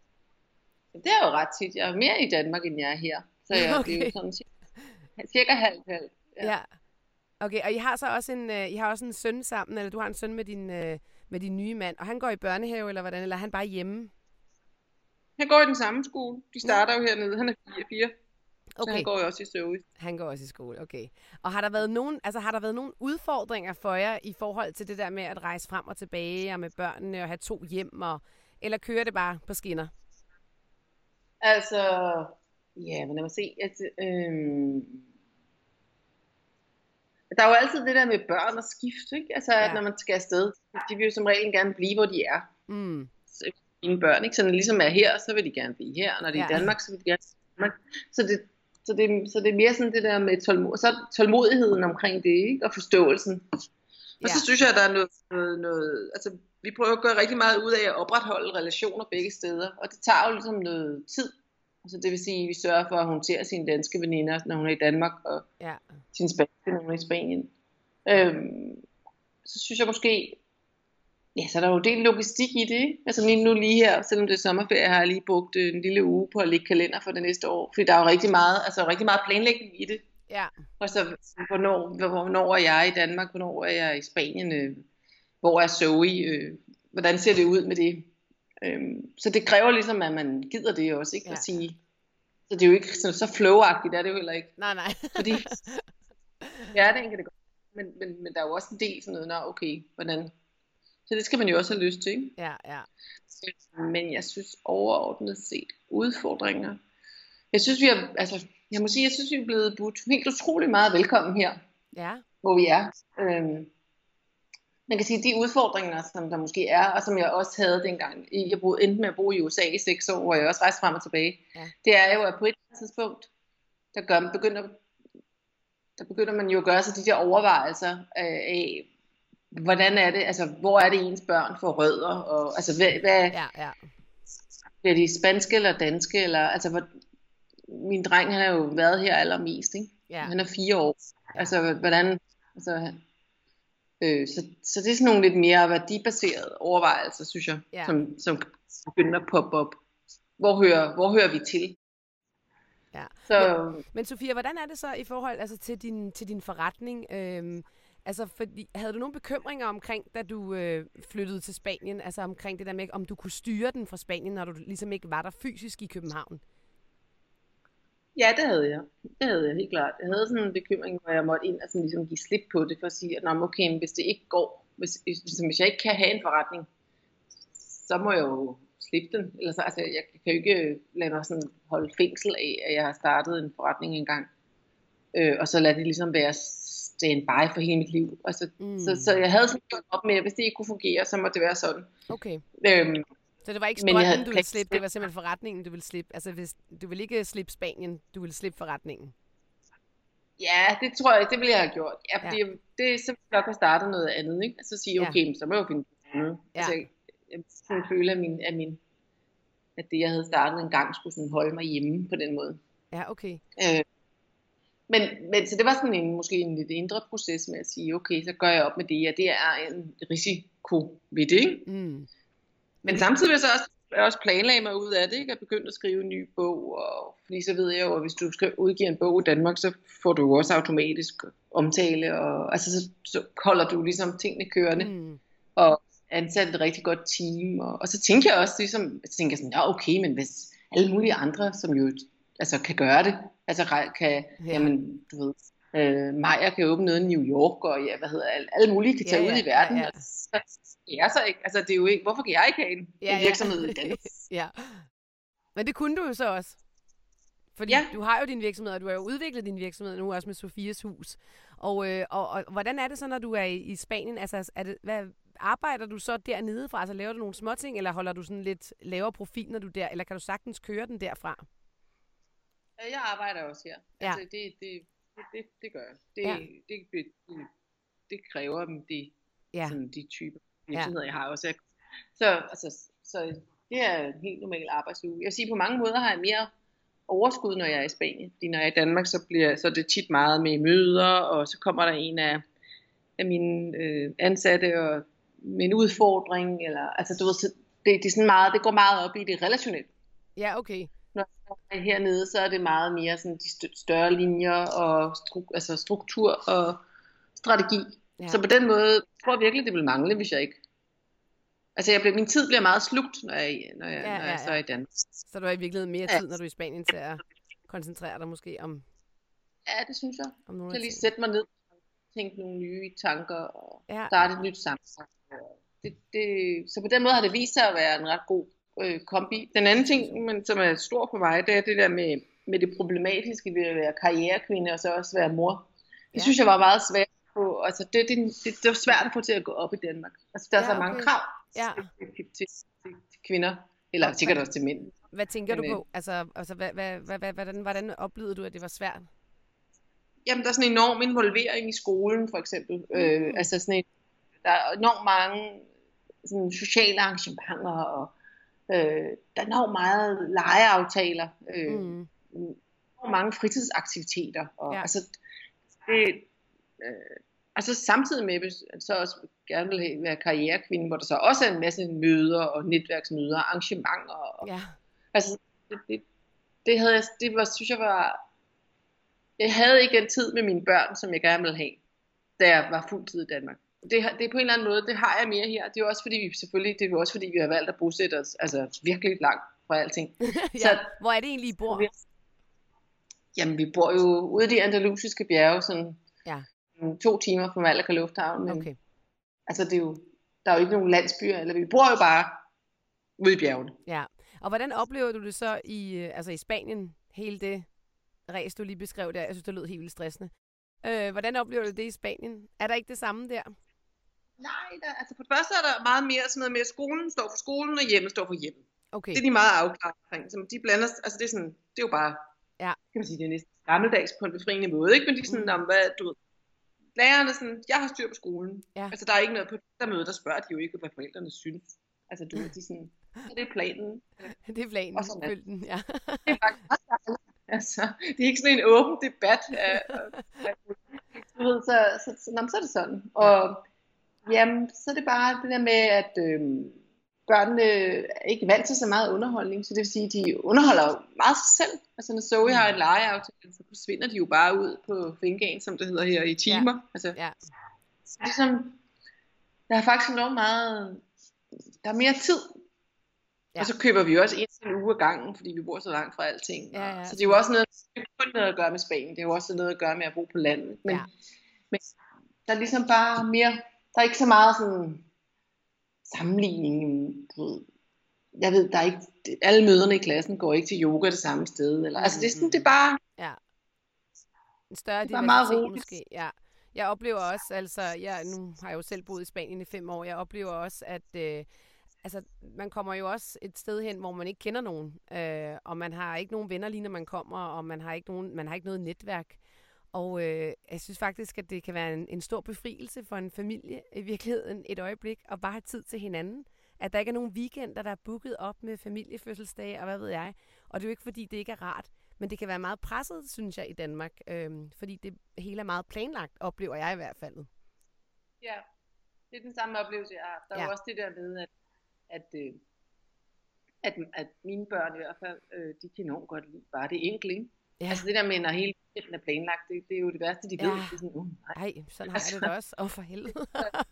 S2: Det er jo ret tit. Jeg er mere i Danmark, end jeg er her. Så jeg, okay. Det er jo
S1: Okay.
S2: sådan cirka, cirka halvt halvt.
S1: Ja. ja. Okay, og I har så også en, øh, I har også en søn sammen, eller du har en søn med din, øh, med din nye mand, og han går i børnehave, eller hvordan, eller er han bare hjemme?
S2: Han går i den samme skole. De starter jo hernede. Han er fire, fire. Så
S1: Okay,
S2: han går jo også i Zoe.
S1: han går også i skole, okay. Og har der været nogen, altså har der været nogle udfordringer for jer i forhold til det der med at rejse frem og tilbage, og med børnene, og have to hjem, og, eller kører det bare på skinner?
S2: Altså, ja, men lad mig se. Altså, øhm, der er jo altid det der med børn og skift, ikke? Altså,
S1: Ja.
S2: at når man skal afsted, de vil jo som regel gerne blive, hvor de er.
S1: Mm.
S2: Så mine børn, ikke? Så når de ligesom er her, så vil de gerne blive her. Og når de er
S1: Ja.
S2: i Danmark, så vil de gerne Danmark. Så det, så det, så det er mere sådan det der med tålmod, så tålmodigheden omkring det, ikke? Og forståelsen. Og så
S1: Ja.
S2: synes jeg, at der er noget, noget, noget, altså vi prøver at gøre rigtig meget ud af at opretholde relationer begge steder, og det tager jo ligesom noget tid. Altså det vil sige, at vi sørger for at håndtere sine danske veninder, når hun er i Danmark, og
S1: Ja.
S2: sine spanske, når hun er i Spanien. Øhm, så synes jeg måske, ja, så er der jo en del logistik i det, ikke? Altså lige nu lige her, selvom det er sommerferie, har jeg lige brugt øh, en lille uge på at lægge kalender for det næste år, fordi der er jo rigtig meget, altså rigtig meget planlægning i det.
S1: Ja.
S2: Og så hvornår, hvornår er jeg i Danmark, hvornår er jeg i Spanien, øh, hvor er Zoe, øh, hvordan ser det ud med det? Øhm, så det kræver ligesom, at man gider det også, ikke?
S1: Ja.
S2: At sige, så det er jo ikke så, så flow-agtigt, er det jo heller ikke.
S1: Nej, nej.
S2: Fordi, ja, det kan det godt. Men, men, men der er jo også en del sådan noget, nå okay, hvordan? Så det skal man jo også have lyst til, ikke?
S1: Ja, ja.
S2: Men jeg synes overordnet set udfordringer. Jeg synes vi er, altså, jeg må sige, jeg synes vi er blevet budt helt utrolig meget velkommen her,
S1: Ja.
S2: hvor vi er. Øhm, man kan sige, de udfordringer, som der måske er, og som jeg også havde dengang, jeg boede, endte med at bo i U S A i seks år, hvor jeg også rejste frem og tilbage,
S1: Ja.
S2: det er jo, at på et tidspunkt, der, gør, begynder, der begynder man jo at gøre sig de der overvejelser af, hvordan er det, altså hvor er det ens børn får rødder, og altså hvad, hvad
S1: Ja, ja.
S2: er de spanske eller danske, eller altså hvor, min dreng han har jo været her allermest, ikke?
S1: Ja.
S2: Han er fire år, altså hvordan, altså øh, så, så det er sådan nogle lidt mere værdibaserede overvejelser, synes jeg,
S1: Ja.
S2: som, som begynder at poppe op. Hvor hører, hvor hører vi til?
S1: Ja.
S2: Så
S1: Men, men Sofia, hvordan er det så i forhold altså, til, din, til din forretning? Øhm, altså, fordi, havde du nogle bekymringer omkring, da du øh, flyttede til Spanien? Altså omkring det der med, om du kunne styre den fra Spanien, når du ligesom ikke var der fysisk i København?
S2: ja, det havde jeg. Det havde jeg helt klart. Jeg havde sådan en bekymring, hvor jeg måtte ind og sådan ligesom give slip på det, for at sige, at nå, okay, men hvis det ikke går, hvis, hvis, hvis jeg ikke kan have en forretning, så må jeg jo slippe den. Ellers, altså, jeg kan jo ikke lade mig sådan holde fængsel af, at jeg har startet en forretning engang, øh, og så lade det ligesom være standby for hele mit liv. Altså,
S1: Mm.
S2: så, så jeg havde sådan gjort op med, at hvis det ikke kunne fungere, så må det være sådan.
S1: Okay.
S2: Øhm,
S1: Så det var ikke
S2: Men jeg
S1: strømmen,
S2: havde
S1: du ville
S2: plads
S1: slippe,
S2: til-
S1: det var simpelthen forretningen, du ville slippe. Altså, hvis, du ville ikke slippe Spanien, du ville slippe forretningen.
S2: Ja, det tror jeg, det ville jeg have gjort. Ja, fordi ja. det så ville jeg nok have startet noget andet, ikke? Altså sige,
S1: Ja.
S2: okay, men så må jeg jo finde noget andet.
S1: Ja.
S2: Altså, jeg, jeg sådan føle, at, min, at, min, at det, jeg havde startet en gang, skulle sådan holde mig hjemme på den måde.
S1: Ja, okay.
S2: Øh, men, men så det var sådan en, måske en lidt indre proces med at sige, okay, så gør jeg op med det, og det er en risiko ved det, ikke?
S1: Mm.
S2: Men samtidig vil jeg så også, jeg også planlagde mig ud af det, ikke? Jeg begyndte at skrive en ny bog, og, fordi så ved jeg jo, at hvis du skal udgive en bog i Danmark, så får du jo også automatisk omtale, og altså, så, så holder du ligesom tingene kørende,
S1: Mm.
S2: og ansat et rigtig godt team, og, og så tænker jeg også ligesom, jeg tænker sådan, ja okay, men hvis alle mulige andre, som jo altså kan gøre det, altså kan,
S1: Ja.
S2: jamen, du ved, øh, Maja kan åbne noget i New York, og ja, hvad hedder alle, alle mulige kan tage
S1: Ja,
S2: ud
S1: ja,
S2: i verden,
S1: ja, ja.
S2: og så skal jeg så ikke, altså det er jo ikke, hvorfor kan jeg ikke have en,
S1: Ja,
S2: en virksomhed i Danmark?
S1: ja. Men det kunne du jo så også. Fordi
S2: Ja.
S1: du har jo din virksomhed, og du har jo udviklet din virksomhed nu også med Sofias Hus. Og, øh, og, og hvordan er det så, når du er i, i Spanien? Altså, er det, hvad, arbejder du så dernede fra? Altså, laver du nogle småting, eller holder du sådan lidt lavere profil, når du er der? Eller kan du sagtens køre den derfra?
S2: Jeg arbejder også her.
S1: Ja.
S2: Altså, det, det, det, det, det gør jeg. Det,
S1: Ja.
S2: det, det, det, det kræver dem, de,
S1: Ja.
S2: sådan, de typer virksomheder, jeg har også. Jeg- Så, altså, så det er en helt normal arbejdsuge. Jeg vil sige, på mange måder har jeg mere overskud, når jeg er i Spanien. Fordi når jeg er i Danmark, så, bliver, så er det tit meget med møder, og så kommer der en af, af mine øh, ansatte og, med en udfordring. Eller, altså, du ved, så det, det, er sådan meget, det går meget op i det relationelle.
S1: Ja, okay.
S2: Når jeg er hernede, så er det meget mere sådan de st- større linjer og stru- altså struktur og strategi.
S1: Ja.
S2: Så på den måde tror jeg virkelig, det vil mangle, hvis jeg ikke. Altså jeg bliver, min tid bliver meget slugt, når jeg, når jeg,
S1: Ja,
S2: når
S1: ja,
S2: jeg så
S1: ja.
S2: er i Danmark.
S1: Så du har i virkeligheden mere
S2: Ja.
S1: tid, når du er i Spanien, til at koncentrere dig måske om,
S2: Ja, det synes jeg.
S1: om nogle
S2: Jeg
S1: af
S2: kan lige
S1: tingene.
S2: sætte mig ned og tænke nogle nye tanker og
S1: Ja.
S2: starte et nyt samfund. Det, det, så på den måde har det vist sig at være en ret god øh, kombi. Den anden ting, men, som er stor for mig, det er det der med, med det problematiske ved at være karrierekvinde og så også være mor. Det
S1: Ja.
S2: synes jeg var meget svært på. Altså det, det, det, det var svært at få til at gå op i Danmark. Altså der er
S1: Ja,
S2: så mange
S1: okay.
S2: krav
S1: Ja.
S2: til, til, til, til kvinder, eller
S1: Og-
S2: sikkert også til mænd.
S1: Hvad tænker
S2: Men,
S1: du på? Altså, altså hvad, hvad, hvad, hvad, hvordan, hvordan oplevede du, at det var svært?
S2: Jamen, der er sådan en enorm involvering i skolen, for eksempel. Mm. Øh, altså sådan en, der er enormt mange sådan, sociale arrangementer, og øh, der er enormt meget legeaftaler, øh, mm. enormt mange fritidsaktiviteter, og ja. altså, det, øh, altså samtidig med, hvis jeg så også gerne vil være karrierekvinde, hvor der så også er en masse møder og netværksmøder og arrangementer. Og, ja. Altså, det, det, det, havde jeg, det var, synes jeg var, jeg havde ikke den tid med mine børn, som jeg gerne ville have, da jeg var fuldtid i Danmark. Det, det er på en eller anden måde, det har jeg mere her. Det er jo også fordi, vi selvfølgelig, det er jo også fordi, vi har valgt at bosætte os altså virkelig langt fra alting.
S1: ja. Så, hvor er det egentlig, I bor?
S2: Vi, jamen, vi bor jo ude i de andalusiske bjerge, sådan ja. to timer fra Malaga Lufthavn. Men, okay. Altså, det er jo, der er jo ikke nogen landsbyer, eller vi bor jo bare ude i bjergene.
S1: Ja, og hvordan oplever du det så i, altså i Spanien, hele det ræs, du lige beskrev der? Jeg synes, det lød helt vildt stressende. Øh, hvordan oplever du det i Spanien? Er der ikke det samme der?
S2: Nej, der, altså for det første er der meget mere sådan noget med, at skolen står for skolen, og hjemmet står for hjemmet.
S1: Okay.
S2: Det er de meget afklaret omkring. Så de blander, altså det er sådan, det er jo bare, ja. Kan man sige, det er næsten gammeldags på en befriende måde, ikke? Men de er sådan, mm. om hvad, du ved, lærerne er sådan, jeg har styr på skolen. Ja. Altså der er ikke noget på der møde, der spørger de jo ikke, hvad forældrene synes. Altså du ved, de er sådan, så det er planen.
S1: Det er planen, og sådan følgen, ja.
S2: Det er faktisk, altså, det er ikke sådan en åben debat af, af du ved, så, så, så, så, så er det sådan. Og jamen, så er det bare det der med, at øh, børnene er ikke vant til så meget underholdning, så det vil sige, at de underholder meget sig selv. Altså når Zoe har en legeaftale, så forsvinder de jo bare ud på fingaen, som det hedder her, i timer. Ja. Altså, ja. Så ligesom, der er faktisk enormt meget, der er mere tid. Ja. Og så køber vi også ind til en uge ad gangen, fordi vi bor så langt fra alting. Ja, ja. Så det er jo også noget, det er noget at gøre med Spanien, det er jo også noget at gøre med at bo på landet. Men, ja. men der er ligesom bare mere, der er ikke så meget sådan sammenligning, du ved. Jeg ved, der er ikke, alle møderne i klassen går ikke til yoga det samme sted. Eller, mm-hmm. Altså det er sådan, det er bare,
S1: ja. En større
S2: det er meget roligt.
S1: Måske, ja. Jeg oplever også, altså, jeg, nu har jeg jo selv boet i Spanien i fem år, jeg oplever også, at øh, altså, man kommer jo også et sted hen, hvor man ikke kender nogen, øh, og man har ikke nogen venner lige når man kommer, og man har ikke, nogen, man har ikke noget netværk. Og øh, jeg synes faktisk, at det kan være en, en stor befrielse for en familie i virkeligheden et øjeblik, og bare have tid til hinanden. At der ikke er nogen weekender, der er booket op med familiefødselsdage, og hvad ved jeg. Og det er jo ikke, fordi det ikke er rart, men det kan være meget presset, synes jeg, i Danmark. Øh, fordi det hele er meget planlagt, oplever jeg i hvert fald.
S2: Ja, det er den samme oplevelse, jeg har. Der er ja. jo også det der med, at, at, øh, at, at mine børn i hvert fald, øh, de kan enormt godt lide bare det enkle, ikke? Ja. Altså det der med, når hele tiden er planlagt, det, det er jo det værste, de ja. ved. Det er sådan, uh, nej.
S1: Ej, sådan har jeg det da også. Åh, oh, for helvede.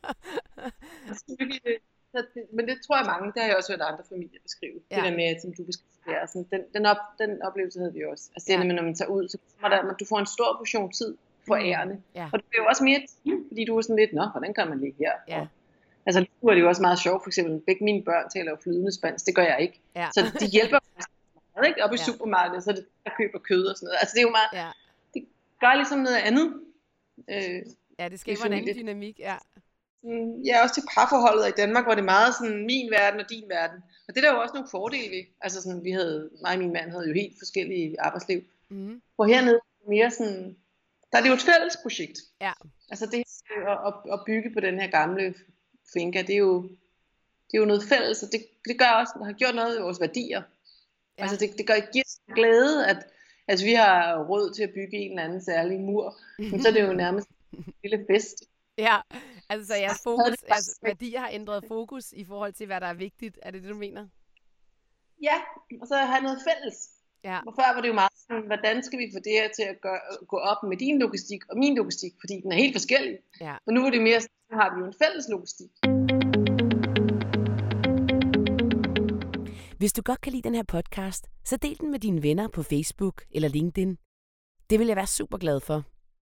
S2: så det, men det tror jeg mange, det har jeg også hørt andre familier beskrive. Ja. Det der med, som du beskriver, sådan, den, den, op, den oplevelse havde vi også. Altså det ja. med, når man tager ud, så kommer der, du får en stor portion tid for ærende. Ja. Og det bliver jo også mere tid, fordi du er sådan lidt, nå, hvordan kan man lige her? Ja. Og, altså nu er det jo også meget sjovt, for eksempel, begge mine børn taler jo flydende spansk, det gør jeg ikke. Ja. Så de hjælper ikke? Op i ja. supermarkedet, så er det, der køber kød og sådan noget. Altså det er jo meget, ja. det gør ligesom noget andet. Øh,
S1: ja, det skaber en anden dynamik, ja.
S2: Ja, også til parforholdet i Danmark, hvor det er meget sådan min verden og din verden. Og det er der jo også nogle fordele ved. Altså sådan, vi havde, mig og min mand havde jo helt forskellige arbejdsliv. Mm. Hvor hernede mere sådan, der er det jo et fælles projekt. Ja. Altså det at, at bygge på den her gamle finca, det er jo, det er jo noget fælles, og det, det gør også, det har gjort noget ved vores værdier. Ja. Altså det, det gør giver glæde, at altså vi har råd til at bygge en eller anden særlig mur, men så er det jo nærmest en lille fest.
S1: Ja, altså jeres fokus, altså værdier har ændret fokus i forhold til, hvad der er vigtigt. Er det det, du mener?
S2: Ja, og så have noget fælles. Ja. Og før var det jo meget sådan, hvordan skal vi få det her til at gøre, gå op med din logistik og min logistik, fordi den er helt forskellig. Ja. Og nu er det mere sådan, har vi jo en fælles logistik.
S1: Hvis du godt kan lide den her podcast, så del den med dine venner på Facebook eller LinkedIn. Det vil jeg være super glad for.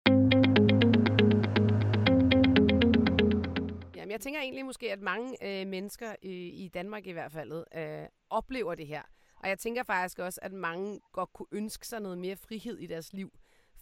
S1: Jamen, jeg tænker egentlig måske, at mange øh, mennesker øh, i Danmark i hvert fald øh, oplever det her. Og jeg tænker faktisk også, at mange godt kunne ønske sig noget mere frihed i deres liv.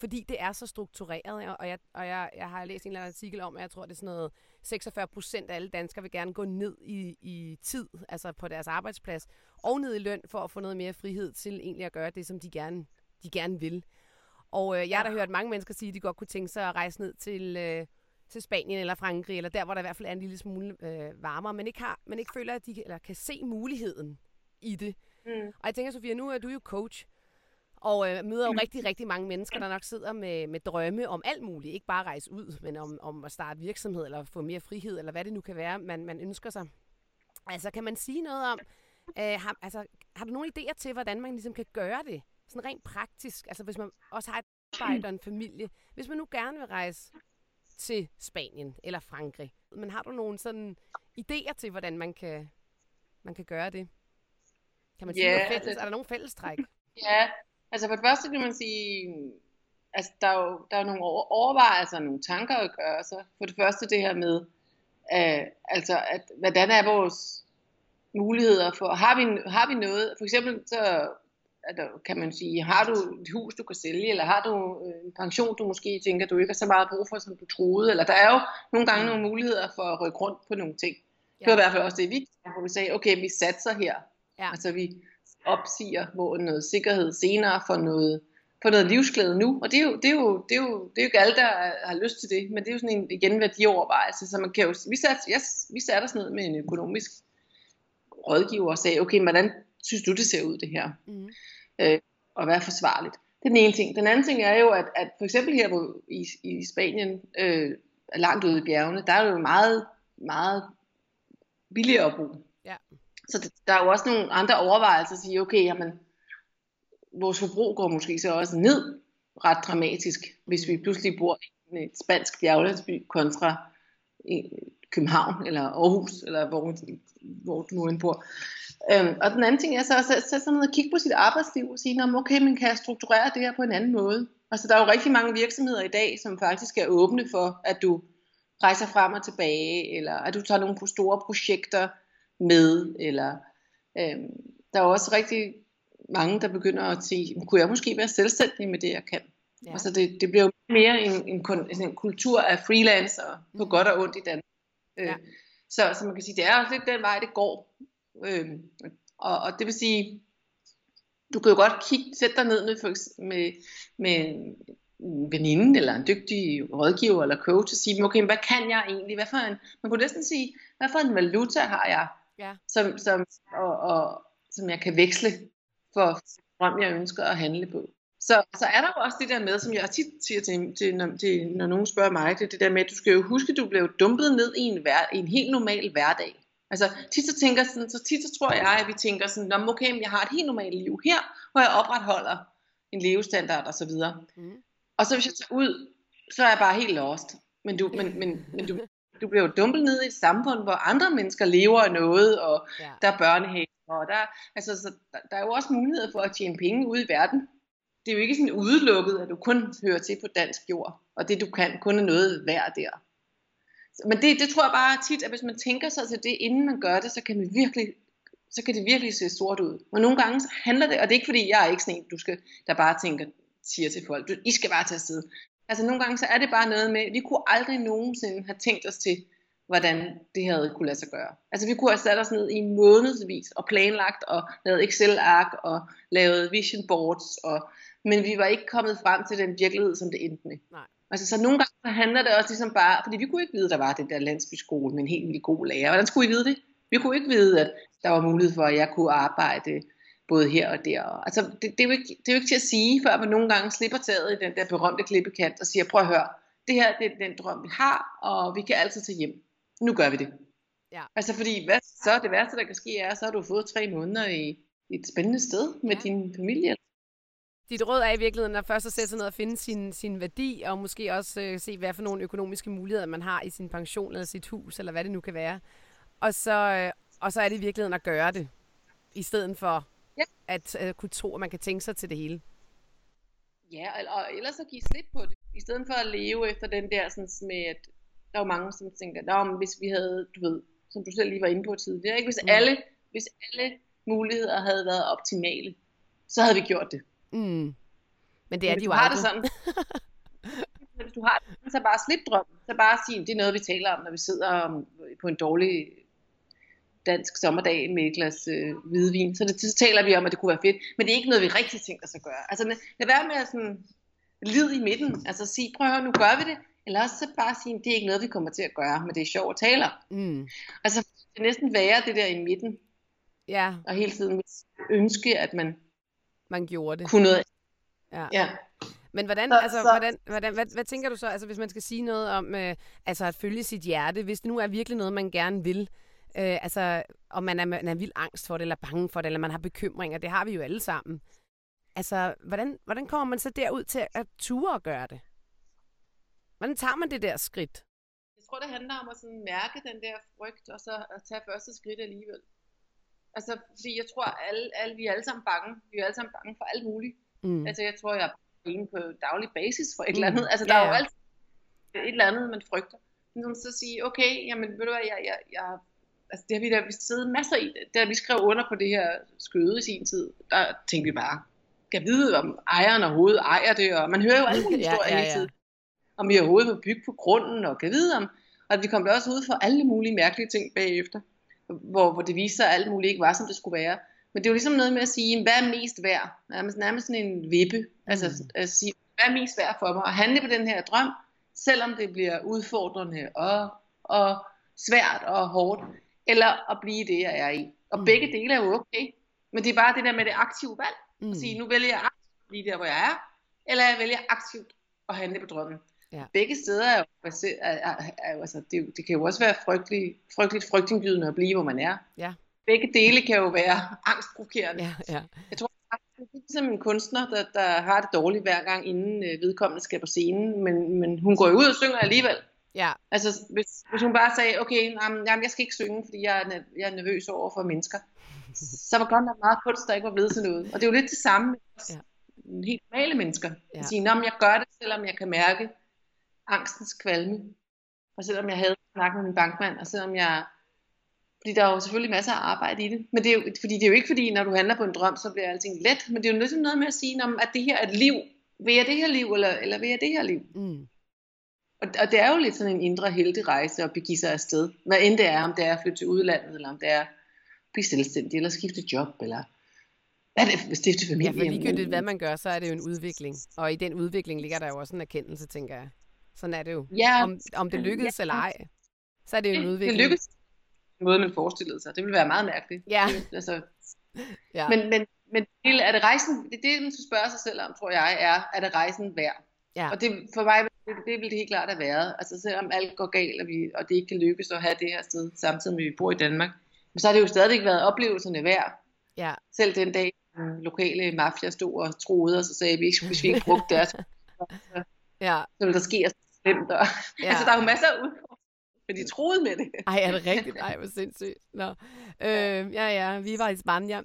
S1: fordi det er så struktureret, og jeg, og jeg, jeg har læst en eller anden artikel om, at jeg tror, det er sådan noget seksogfyrre procent af alle danskere vil gerne gå ned i, i tid, altså på deres arbejdsplads, og ned i løn for at få noget mere frihed til egentlig at gøre det, som de gerne, de gerne vil. Og øh, jeg har da hørt mange mennesker sige, at de godt kunne tænke sig at rejse ned til, øh, til Spanien eller Frankrig, eller der, hvor der i hvert fald er en lille smule øh, varmere, men ikke, har, men ikke føler, at de eller kan se muligheden i det. Mm. Og jeg tænker, Sofia, nu er du jo coach, og øh, møder jo rigtig, rigtig mange mennesker, der nok sidder med, med drømme om alt muligt. Ikke bare rejse ud, men om, om at starte virksomhed, eller få mere frihed, eller hvad det nu kan være, man, man ønsker sig. Altså, kan man sige noget om, øh, har, altså, har du nogle idéer til, hvordan man ligesom kan gøre det? Sådan rent praktisk, altså hvis man også har et arbejde og en familie. Hvis man nu gerne vil rejse til Spanien eller Frankrig, men har du nogle sådan idéer til, hvordan man kan, man kan gøre det? Kan man sige
S2: yeah,
S1: noget fælles?
S2: altså,
S1: er der nogle fællestræk?
S2: Ja, altså for det første kan man sige, altså der er jo, der er nogle overvejelser, nogle tanker at gøre sig. For det første det her med, øh, altså at, hvordan er vores muligheder for, har vi, har vi noget, for eksempel så der, kan man sige, har du et hus, du kan sælge, eller har du en pension, du måske tænker, du ikke har så meget brug for, som du troede, eller der er jo nogle gange nogle muligheder for at rykke rundt på nogle ting. Ja. Det var i hvert fald også det, vi hvor vi sagde, okay, vi satser her. Ja. Altså vi opsiger hvor noget sikkerhed senere for noget, for noget livsglæde nu, og det er, jo, det, er jo, det, er jo, det er jo ikke alle, der har lyst til det, men det er jo sådan en igen værdiovervejelse, så man kan jo, vi satte, yes, vi satte os ned med en økonomisk rådgiver og sagde, okay, hvordan synes du, det ser ud det her? Mm. Øh, og hvad er forsvarligt? Det er den ene ting. Den anden ting er jo, at, at for eksempel her hvor, i, i Spanien, øh, langt ude i bjergene, der er jo meget, meget billigere at bo. Ja. Så det, der er jo også nogle andre overvejelser at sige, okay, jamen, vores forbrug går måske så også ned ret dramatisk, hvis vi pludselig bor i en spansk bjerglandsby kontra i København eller Aarhus, eller hvor, hvor du nu end bor. Øhm, og den anden ting er så at sætte sig ned og kigge på sit arbejdsliv og sige, okay, man kan strukturere det her på en anden måde. Altså der er jo rigtig mange virksomheder i dag, som faktisk er åbne for, at du rejser frem og tilbage, eller at du tager nogle store projekter med, eller øhm, der er også rigtig mange, der begynder at sige, kunne jeg måske være selvstændig med det, jeg kan? Ja. Altså det, det bliver jo mere en, en, en kultur af freelancer på mm. godt og ondt i Danmark. Ja. Øh, så, så man kan sige, det er også lidt den vej, det går. Øh, og, og det vil sige, du kan jo godt kigge, sætte dig ned med, for, med, med en veninde, eller en dygtig rådgiver, eller coach, og sige, okay, hvad kan jeg egentlig? Hvad for en, man kunne næsten sige, hvad for en valuta har jeg, ja. som, som, og, og, som jeg kan veksle for drøm, jeg ønsker at handle på. Så, så er der jo også det der med, som jeg tit siger til, til, når, til, når nogen spørger mig, det, det der med, at du skal jo huske, at du blev dumpet ned i en, hver, i en helt normal hverdag. Altså tit så, tænker sådan, så tit så tror jeg, at vi tænker sådan, okay, jeg har et helt normalt liv her, hvor jeg opretholder en levestandard og så videre. Mm. Og så hvis jeg tager ud, så er jeg bare helt lost. Men du, men, men, men du, du bliver jo dumpet ned i et samfund, hvor andre mennesker lever af noget, og ja. Der er børnehave, og der, altså, så der, der er jo også mulighed for at tjene penge ude i verden. Det er jo ikke sådan udelukket, at du kun hører til på dansk jord, og det du kan kun er noget værd der. Men det, det tror jeg bare tit, at hvis man tænker sig til det, inden man gør det, så kan, man virkelig, så kan det virkelig se sort ud. Og nogle gange så handler det, og det er ikke fordi, jeg er ikke sådan en, du skal, der bare tænker, siger til folk, du, I skal bare tage afsted. Altså nogle gange så er det bare noget med, vi kunne aldrig nogensinde have tænkt os til, hvordan det havde kunne lade sig gøre. Altså vi kunne have sat os ned i månedsvis og planlagt og lavet Excel-ark og lavet vision boards, og, men vi var ikke kommet frem til den virkelighed, som det endte med. Nej. Altså så nogle gange så handler det også ligesom bare, fordi vi kunne ikke vide, at der var den der landsbyskole med en helt vildt god lærer. Hvordan skulle vi vide det? Vi kunne ikke vide, at der var mulighed for, at jeg kunne arbejde både her og der. Altså det, det, er jo ikke, det er jo ikke til at sige, før man nogle gange slipper taget i den der berømte klippekant og siger, prøv at høre, det her det er den drøm, vi har, og vi kan altid tage hjem. Nu gør vi det. Ja. Altså fordi, hvad så det værste, der kan ske, er, så har du fået tre måneder i, i et spændende sted med ja. Din familie.
S1: Dit råd er i virkeligheden at først at sætte sig ned og finde sin, sin værdi, og måske også øh, se, hvad for nogle økonomiske muligheder man har i sin pension, eller sit hus, eller hvad det nu kan være. Og så, øh, og så er det i virkeligheden at gøre det, i stedet for ja. at øh, kunne tro, at man kan tænke sig til det hele.
S2: Ja, og ellers at give slip på det, i stedet for at leve efter den der, sådan med at der er jo mange, som tænker, at hvis vi havde, du ved, som du selv lige var inde på tidligere, ikke? Hvis, mm. alle, hvis alle muligheder havde været optimale, så havde vi gjort det.
S1: Mm. Men det er
S2: Men
S1: de
S2: hvis
S1: jo
S2: du har det
S1: aldrig.
S2: sådan, hvis du har det, så bare slip drømmen. Så bare sige, det er noget, vi taler om, når vi sidder om, på en dårlig dansk sommerdag med et glas øh, hvidvin. Så, det, så taler vi om, at det kunne være fedt. Men det er ikke noget, vi rigtig tænker os at gøre. Altså lad være med at sådan lid i midten. Altså sige, prøv at høre, nu gør vi det. Eller også så bare sige, det er ikke noget, vi kommer til at gøre, men det er sjovt at tale om.
S1: Mm.
S2: Altså det er næsten værre det der i midten.
S1: Ja,
S2: Og hele tiden ønske, at man
S1: man gjorde det.
S2: kunne noget.
S1: Ja.
S2: Ja.
S1: Men hvordan,
S2: Så-
S1: altså,
S2: så-
S1: hvordan, hvordan hvad, hvad tænker du så, altså hvis man skal sige noget om, øh, altså at følge sit hjerte, hvis det nu er virkelig noget, man gerne vil, øh, altså om man er, man er vildt angst for det, eller bange for det, eller man har bekymringer, det har vi jo alle sammen. Altså, hvordan, hvordan kommer man så derud til at ture og gøre det? Hvordan tager man det der skridt?
S2: Jeg tror, det handler om at sådan mærke den der frygt, og så at tage første skridt alligevel. Altså, fordi jeg tror, alle, alle, vi er alle sammen bange. Vi er alle sammen bange for alt muligt.
S1: Mm.
S2: Altså, jeg tror, jeg er bange på daglig basis for et eller
S1: Mm.
S2: andet. Altså,
S1: Ja,
S2: der er jo
S1: ja.
S2: altid et eller andet, man frygter. Men så sige, okay, jamen, ved du hvad, jeg, jeg, jeg altså, det har vi da vist siddet masser i. Da vi skrev under på det her skøde i sin tid, der tænkte vi bare, skal vide, om ejeren overhovedet ejer det, og man hører jo alle mulige
S1: Ja,
S2: historier
S1: ja,
S2: hele
S1: ja.
S2: tiden. Om vi overhovedet må bygge på grunden, og kan vide om, og at vi kom da også ud for alle mulige mærkelige ting bagefter, hvor, hvor det viste sig, at alt muligt ikke var, som det skulle være. Men det er jo ligesom noget med at sige, hvad er mest værd? Nærmest, nærmest sådan en vippe. Altså
S1: Mm.
S2: at sige, hvad er mest værd for mig? At handle på den her drøm, selvom det bliver udfordrende og, og svært og hårdt, eller at blive det, jeg er i. Og
S1: Mm.
S2: begge dele er jo okay. Men det er bare det der med det aktive valg.
S1: Mm.
S2: At sige, nu vælger jeg aktivt at blive der, hvor jeg er, eller jeg vælger aktivt at handle på drømmen.
S1: Ja.
S2: Begge steder er jo, baseret, er, er, er, er, altså, det, det kan jo også være frygteligt, frygteligt frygtindgydende at blive, hvor man er.
S1: Ja.
S2: Begge dele kan jo være angstprovokerende.
S1: Ja, ja.
S2: Jeg tror faktisk, det er ligesom en kunstner, der, der har det dårligt hver gang, inden øh, vedkommende skal på scenen, men, men hun går jo ud og synger alligevel.
S1: Ja.
S2: Altså, hvis, hvis hun bare sagde, okay, jamen, jamen, jeg skal ikke synge, fordi jeg er, nerv- jeg er nervøs over for mennesker, så var godt nok meget kunst, der ikke var blevet til noget. Og det er jo lidt det samme med os,
S1: Ja.
S2: helt normale mennesker.
S1: Ja.
S2: At sige, nå, men jeg gør det, selvom jeg kan mærke angstens kvalme, og selvom jeg havde snakket med min bankmand, og selvom jeg... Fordi der er jo selvfølgelig masser af arbejde i det. Men det er jo, fordi det er jo ikke fordi, når du handler på en drøm, så bliver alting let. Men det er jo ligesom noget med at sige, at det her er et liv. Vil jeg det her liv, eller, eller vil jeg det her liv?
S1: Mm.
S2: Og, og det er jo lidt sådan en indre helterejse at begive sig afsted. Hvad end det er, om det er at flytte til udlandet, eller om det er at blive selvstændig, eller skifte job, eller hvad er det, stifte
S1: Ja,
S2: familie.
S1: for ligegyldigt hvad man gør, så er det jo en udvikling. Og i den udvikling ligger der jo også en erkendelse, tænker jeg. Sådan er det jo.
S2: Ja,
S1: Om, om det lykkedes eller ej, så er det jo en
S2: det
S1: udvikling.
S2: lykkes på den måde, man forestillede sig. Det ville være meget mærkeligt.
S1: Ja.
S2: Det, altså,
S1: Ja.
S2: Men, men, men det- er det rejsen, det, det man skal spørge sig selv om, tror jeg, er, er det rejsen værd?
S1: Ja.
S2: Og det, for mig, det, det vil det helt klart have været. Altså selvom alt går galt, og, vi, og det ikke kan lykkes at have det her sted, samtidig med at vi bor i Danmark, så har det jo stadigvæk været oplevelserne værd.
S1: Ja.
S2: Selv den dag, den lokale mafia stod og troede, og så sagde vi, hvis vi ikke brugte deres, så
S1: Ja.
S2: ville der ske os slemt. Og,
S1: Ja.
S2: altså der er jo masser af udfordringer, for de troede med det.
S1: Ej, er det rigtigt? Ej, hvor sindssygt. Nå. Øh, ja, ja, vi var i Spanien.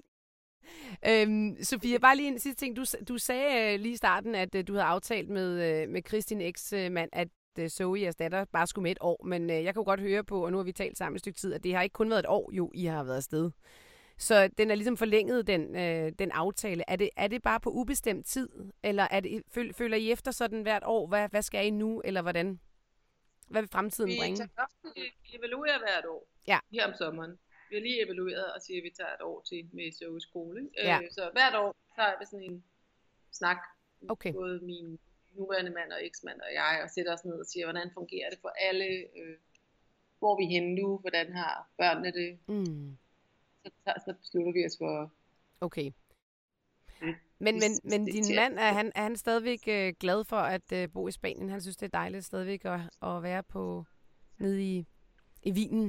S1: Øhm, Sofia, bare lige en sidste ting. Du, du sagde øh, lige i starten, at øh, du havde aftalt med, øh, med Kristin eks-mand, at øh, Zoe, jeres datter, bare skulle med et år. Men øh, jeg kan jo godt høre på, og nu har vi talt sammen et stykke tid, at det har ikke kun været et år, jo, I har været afsted. Så den er ligesom forlænget, den, øh, den aftale. Er det, er det bare på ubestemt tid? Eller er det, føl, føler I efter sådan hvert år? Hvad, hvad skal I nu, eller hvordan? Hvad vil fremtiden
S2: Vi
S1: bringe?
S2: tager ofte evaluerer hvert år
S1: Ja.
S2: her om sommeren. Vi har lige evalueret og siger, at vi tager et år til med Zoes skole. ikke?
S1: Ja.
S2: Øh, så hvert år tager vi sådan en snak,
S1: Okay.
S2: både min nuværende mand og eksmand og jeg, og sætter os ned og siger, hvordan fungerer det for alle? Øh, hvor er vi henne nu? Hvordan har børnene det?
S1: Mm.
S2: Så, så, så beslutter vi os for...
S1: Okay.
S2: Mm.
S1: Men, men,
S2: Det-
S1: men
S2: det-
S1: din
S2: det-
S1: mand, er han, er han stadigvæk øh, glad for at øh, bo i Spanien? Han synes, det er dejligt stadigvæk at, at være på nede i, i Wien.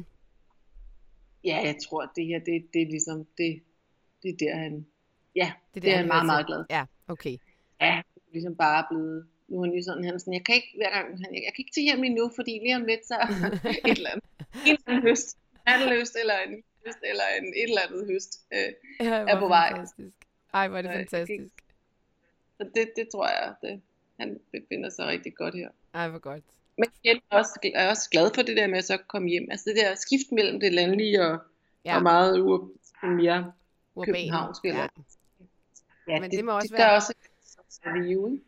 S2: Ja, jeg tror, at det her, det, det er ligesom, det, det er der han... Ja,
S1: Det,
S2: det er
S1: han
S2: han meget,
S1: hører
S2: meget
S1: til.
S2: glad.
S1: Ja, okay.
S2: Ja, det er ligesom bare blevet... Nu er han lige sådan, han er sådan, jeg kan ikke hver gang, han, jeg kan ikke til hjem endnu, fordi lige om lidt, så et eller andet. En eller anden høst. En høst, eller en høst, eller en et eller andet høst. Øh,
S1: Ja,
S2: er på vej.
S1: fantastisk. Ej, hvor er det
S2: Nej,
S1: fantastisk.
S2: så det, det tror jeg, det, han befinder sig rigtig godt her.
S1: Ej, hvor godt.
S2: Men jeg er også, jeg er også glad for det der med at så komme hjem. Altså det der skift mellem det landlige og,
S1: Ja.
S2: ja. og meget ur, mere
S1: Urban.
S2: københavnsk. Eller,
S1: Ja.
S2: ja,
S1: Men det må også
S2: det,
S1: være-
S2: Der er også et review, ikke?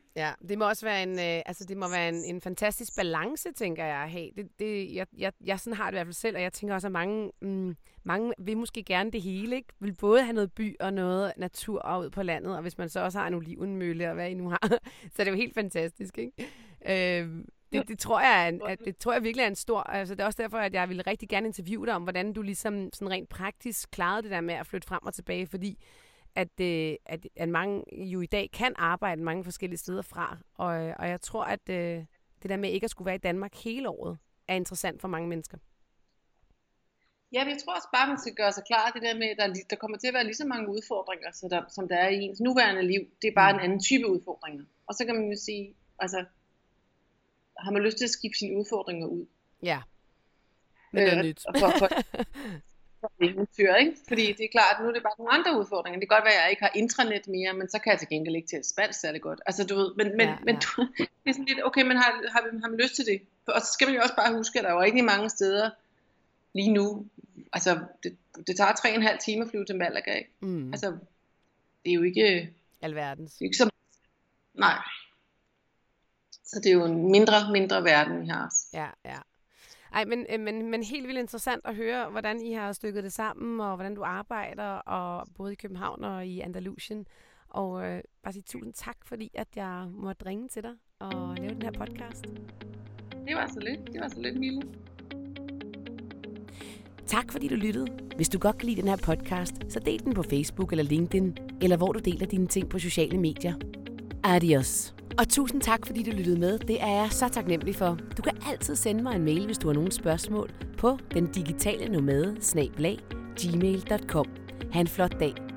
S1: Ja, det må også være en, øh, altså det må være en, en fantastisk balance, tænker jeg at have. Det, det, jeg, jeg, jeg sådan har det i hvert fald selv, og jeg tænker også, at mange, mm, mange vil måske gerne det hele, ikke? Vil både have noget by og noget natur og ud på landet, og hvis man så også har en olivenmølle og hvad I nu har, så er det jo helt fantastisk, ikke? Øh, det, det, tror jeg, er en, at, det tror jeg virkelig er en stor, altså det er også derfor, at jeg ville rigtig gerne interviewe dig om, hvordan du ligesom sådan rent praktisk klarede det der med at flytte frem og tilbage, fordi At, øh, at, at mange jo i dag kan arbejde mange forskellige steder fra. Og, og jeg tror, at øh, det der med ikke at skulle være i Danmark hele året, er interessant for mange mennesker.
S2: Ja, jeg tror også bare, man skal gøre sig klar, det der med, at der, der kommer til at være lige så mange udfordringer, så der, som der er i ens nuværende liv. Det er bare mm. en anden type udfordringer. Og så kan man jo sige, altså, har man lyst til at skifte sine udfordringer ud?
S1: Ja, men det er øh, nyt.
S2: For, for, eventyr, ikke? Fordi det er klart, at nu er det bare nogle andre udfordringer. Det kan godt være, at jeg ikke har intranet mere, men så kan jeg til gengæld ikke til spansk særlig godt. Altså du ved, men, men, ja, ja. men du, det er sådan lidt, okay, men har, har, har man lyst til det? Og så skal man jo også bare huske, at der er jo rigtig mange steder lige nu, altså det, det tager tre og en halv time at flyve til Malaga, ikke? Mm. Altså, det er jo ikke
S1: alverdens.
S2: Det er ikke så, nej. Så det er jo en mindre, mindre verden, vi har også.
S1: Ja, ja. Ej, men, men, men helt vildt interessant at høre, hvordan I har stykket det sammen, og hvordan du arbejder, og både i København og i Andalusien. Og øh, bare sige tusind tak, fordi at jeg måtte ringe til dig og lave den her podcast.
S2: Det var så lidt. Det var så lidt, Mille.
S1: Tak fordi du lyttede. Hvis du godt kan lide den her podcast, så del den på Facebook eller LinkedIn, eller hvor du deler dine ting på sociale medier. Adios. Og tusind tak, fordi du lyttede med. Det er jeg så taknemmelig for. Du kan altid sende mig en mail, hvis du har nogle spørgsmål, på den digitale nomade snabel-a gmail punktum com. Ha' en flot dag.